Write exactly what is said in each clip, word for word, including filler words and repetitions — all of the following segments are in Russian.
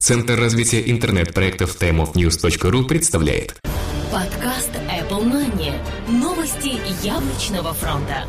Центр развития интернет-проектов тайм оф ньюс точка ру представляет подкаст Apple Money. Новости яблочного фронта.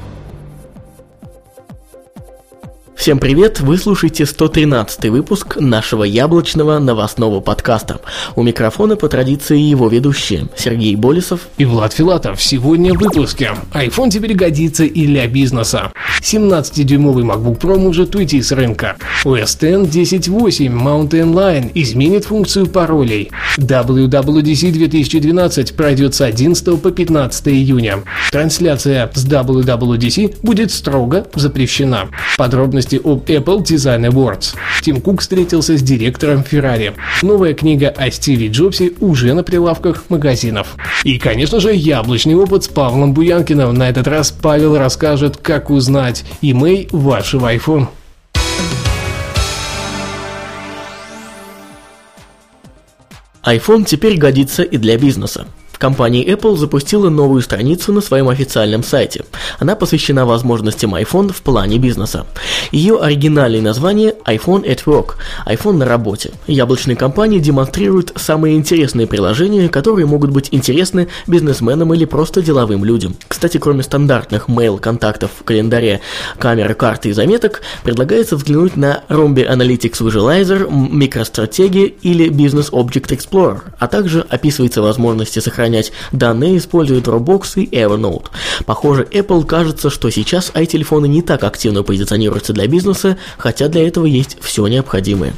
Всем привет! Вы слушаете сто тринадцатый выпуск нашего яблочного новостного подкаста. У микрофона по традиции его ведущие Сергей Болесов и Влад Филатов. Сегодня в выпуске. iPhone теперь годится и для бизнеса. семнадцатидюймовый MacBook Pro может уйти с рынка. о эс десять десять восемь Mountain Lion изменит функцию паролей. дабл ю дабл ю ди си две тысячи двенадцать пройдет с одиннадцатого по пятнадцатое июня. Трансляция с дабл ю дабл ю ди си будет строго запрещена. Подробности об Apple Design Awards. Тим Кук встретился с директором Ferrari. Новая книга о Стиве Джобсе уже на прилавках магазинов. И, конечно же, яблочный опыт с Павлом Буянкиным. На этот раз Павел расскажет, как узнать имей вашего iPhone. iPhone теперь годится и для бизнеса. Компания Apple запустила новую страницу на своем официальном сайте. Она посвящена возможностям iPhone в плане бизнеса. Ее оригинальное название iPhone at Work – iPhone на работе. Яблочная компания демонстрирует самые интересные приложения, которые могут быть интересны бизнесменам или просто деловым людям. Кстати, кроме стандартных mail, контактов, календаря, камеры, карты и заметок, предлагается взглянуть на Rombi Analytics Visualizer, MicroStrategy или Business Object Explorer, а также описываются возможности сохранять данные, используя Dropbox и Evernote. Похоже, Apple кажется, что сейчас i-телефоны не так активно позиционируются для бизнеса, хотя для этого есть все необходимое.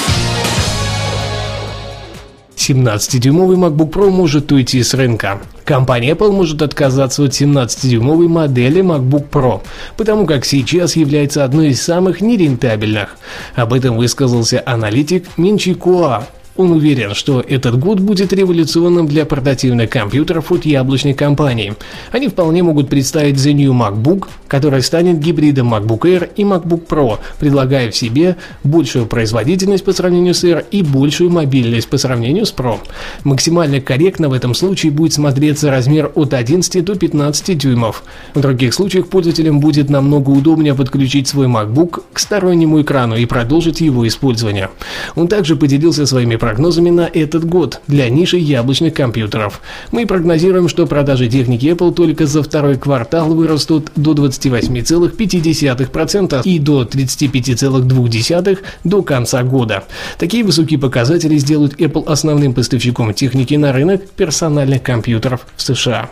семнадцатидюймовый MacBook Pro может уйти с рынка. Компания Apple может отказаться от семнадцатидюймовой модели MacBook Pro, потому как сейчас является одной из самых нерентабельных. Об этом высказался аналитик Минчи Куа. Он уверен, что этот год будет революционным для портативных компьютеров от яблочной компании. Они вполне могут представить The New MacBook, который станет гибридом MacBook Air и MacBook Pro, предлагая в себе большую производительность по сравнению с Air и большую мобильность по сравнению с Pro. Максимально корректно в этом случае будет смотреться размер от одиннадцати до пятнадцати дюймов. В других случаях пользователям будет намного удобнее подключить свой MacBook к стороннему экрану и продолжить его использование. Он также поделился своими прогнозами на этот год для ниши яблочных компьютеров. Мы прогнозируем, что продажи техники Apple только за второй квартал вырастут до двадцати восьми целых пяти десятых процента и до тридцати пяти целых двух десятых процента до конца года. Такие высокие показатели сделают Apple основным поставщиком техники на рынок персональных компьютеров в США.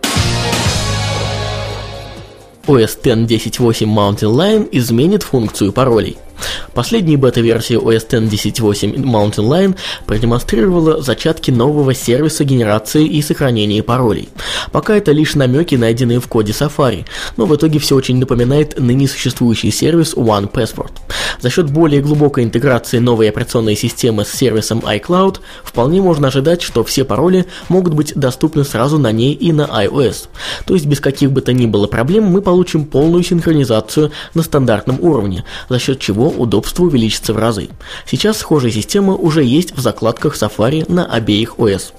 о эс десять десять восемь Mountain Lion изменит функцию паролей. Последняя бета-версия о эс десять десять восемь Mountain Lion продемонстрировала зачатки нового сервиса генерации и сохранения паролей. Пока это лишь намеки, найденные в коде Safari, но в итоге все очень напоминает ныне существующий сервис One Password. За счет более глубокой интеграции новой операционной системы с сервисом iCloud, вполне можно ожидать, что все пароли могут быть доступны сразу на ней и на iOS. То есть без каких бы то ни было проблем мы получим полную синхронизацию на стандартном уровне, за счет чего удобство увеличится в разы. Сейчас схожая система уже есть в закладках Safari на обеих о эс.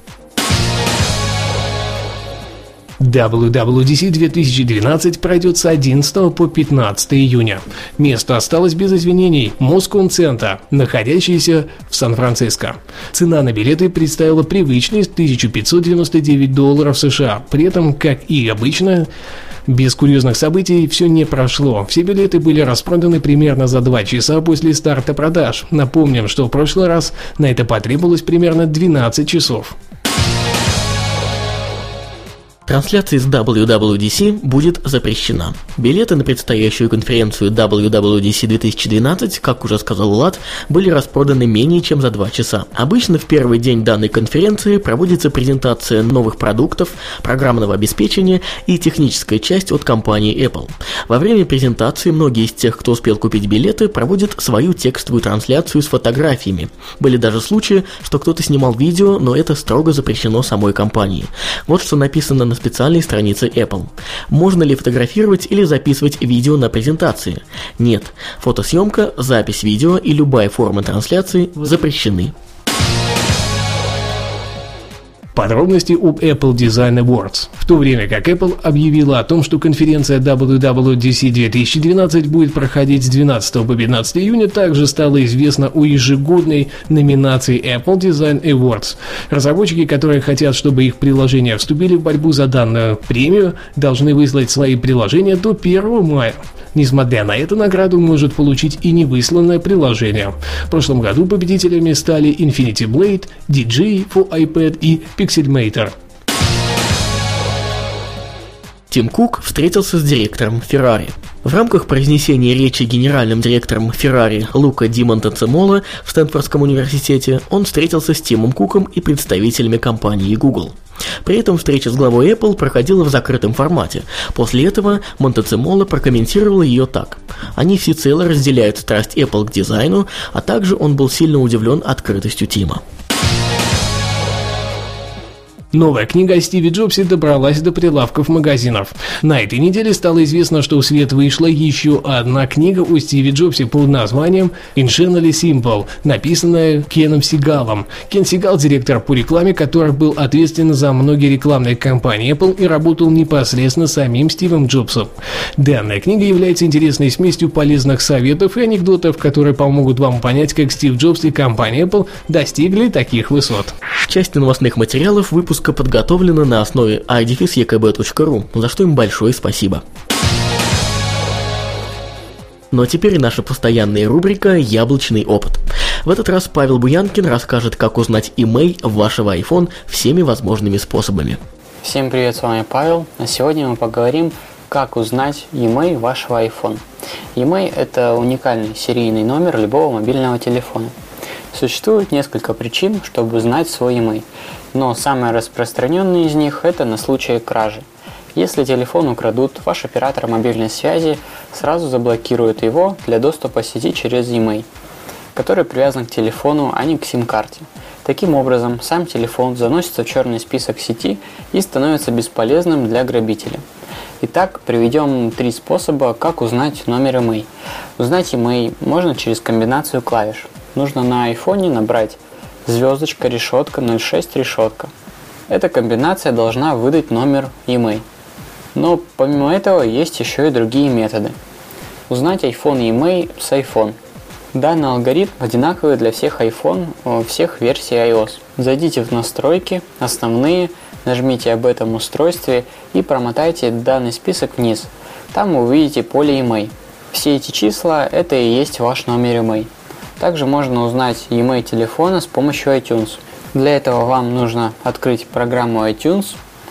дабл ю дабл ю ди си две тысячи двенадцать пройдет с одиннадцатого по пятнадцатое июня. Место осталось без изменений – Moscone Center, находящийся в Сан-Франциско. Цена на билеты представила привычные тысячу пятьсот девяносто девять долларов США. При этом, как и обычно, без курьезных событий все не прошло. Все билеты были распроданы примерно за два часа после старта продаж. Напомним, что в прошлый раз на это потребовалось примерно двенадцать часов. Трансляция с дабл ю дабл ю ди си будет запрещена. Билеты на предстоящую конференцию дабл ю дабл ю ди си две тысячи двенадцать, как уже сказал Влад, были распроданы менее чем за два часа. Обычно в первый день данной конференции проводится презентация новых продуктов, программного обеспечения и техническая часть от компании Apple. Во время презентации многие из тех, кто успел купить билеты, проводят свою текстовую трансляцию с фотографиями. Были даже случаи, что кто-то снимал видео, но это строго запрещено самой компанией. Вот что написано на специальной странице Apple. Можно ли фотографировать или записывать видео на презентации? Нет. Фотосъемка, запись видео и любая форма трансляции запрещены. Подробности об Apple Design Awards. В то время как Apple объявила о том, что конференция дабл ю дабл ю ди си две тысячи двенадцать будет проходить с двенадцатого по пятнадцатое июня, также стало известно о ежегодной номинации Apple Design Awards. Разработчики, которые хотят, чтобы их приложения вступили в борьбу за данную премию, должны выслать свои приложения до первого мая. Несмотря на это, награду может получить и невысланное приложение. В прошлом году победителями стали Infinity Blade, ди джей for iPad и Pixelmator. Тим Кук встретился с директором Ferrari. В рамках произнесения речи генеральным директором Ferrari Лука Ди Монтецемоло в Стэнфордском университете он встретился с Тимом Куком и представителями компании Google. При этом встреча с главой Apple проходила в закрытом формате. После этого Монтецемоло прокомментировал ее так. Они всецело разделяют страсть Apple к дизайну, а также он был сильно удивлен открытостью Тима. Новая книга о Стиве Джобсе добралась до прилавков магазинов. На этой неделе стало известно, что в свет вышла еще одна книга о Стиве Джобсе под названием «Insanely Simple», написанная Кеном Сигалом. Кен Сигал – директор по рекламе, который был ответственен за многие рекламные кампании Apple и работал непосредственно с самим Стивом Джобсом. Данная книга является интересной смесью полезных советов и анекдотов, которые помогут вам понять, как Стив Джобс и компания Apple достигли таких высот. Часть новостных материалов выпуска подготовлена на основе ай дефис и ка бэ точка ру, за что им большое спасибо. Ну а теперь наша постоянная рубрика «Яблочный опыт». В этот раз Павел Буянкин расскажет, как узнать имей вашего iPhone всеми возможными способами. Всем привет, с вами Павел. А сегодня мы поговорим, как узнать имей вашего iPhone. имей – это уникальный серийный номер любого мобильного телефона. Существует несколько причин, чтобы узнать свой имей, но самые распространенные из них – это на случай кражи. Если телефон украдут, ваш оператор мобильной связи сразу заблокирует его для доступа к сети через имей, который привязан к телефону, а не к сим-карте. Таким образом, сам телефон заносится в черный список сети и становится бесполезным для грабителя. Итак, приведем три способа, как узнать номер имей. Узнать имей можно через комбинацию клавиш. Нужно на айфоне набрать звездочка, решетка, ноль шесть, решетка. Эта комбинация должна выдать номер имей. Но помимо этого есть еще и другие методы. Узнать iPhone имей с iPhone. Данный алгоритм одинаковый для всех iPhone, всех версий iOS. Зайдите в настройки, основные, нажмите об этом устройстве и промотайте данный список вниз. Там вы увидите поле имей. Все эти числа – это и есть ваш номер имей. Также можно узнать имей телефона с помощью iTunes. Для этого вам нужно открыть программу iTunes.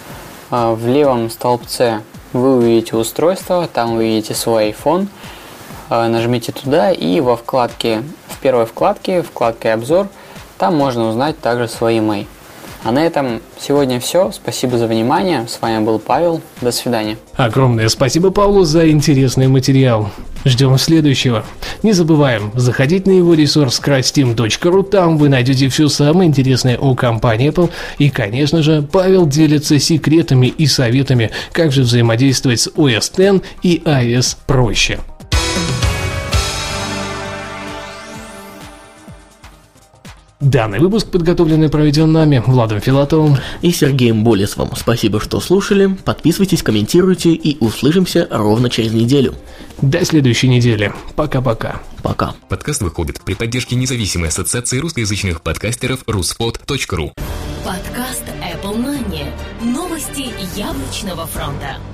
В левом столбце вы увидите устройство, там вы увидите свой iPhone. Нажмите туда и во вкладке, в первой вкладке, вкладке «Обзор», там можно узнать также свой имей. А на этом сегодня все. Спасибо за внимание. С вами был Павел. До свидания. Огромное спасибо Павлу за интересный материал. Ждем следующего. Не забываем заходить на его ресурс край стим точка ру, там вы найдете все самое интересное о компании Apple. И, конечно же, Павел делится секретами и советами, как же взаимодействовать с о эс десять и iOS проще. Данный выпуск подготовлен и проведен нами, Владом Филатовым и Сергеем Болесовым. Спасибо, что слушали. Подписывайтесь, комментируйте и услышимся ровно через неделю. До следующей недели. Пока-пока. Пока. Подкаст выходит при поддержке независимой ассоциации русскоязычных подкастеров руспод точка ру. Подкаст Apple Money. Новости яблочного фронта.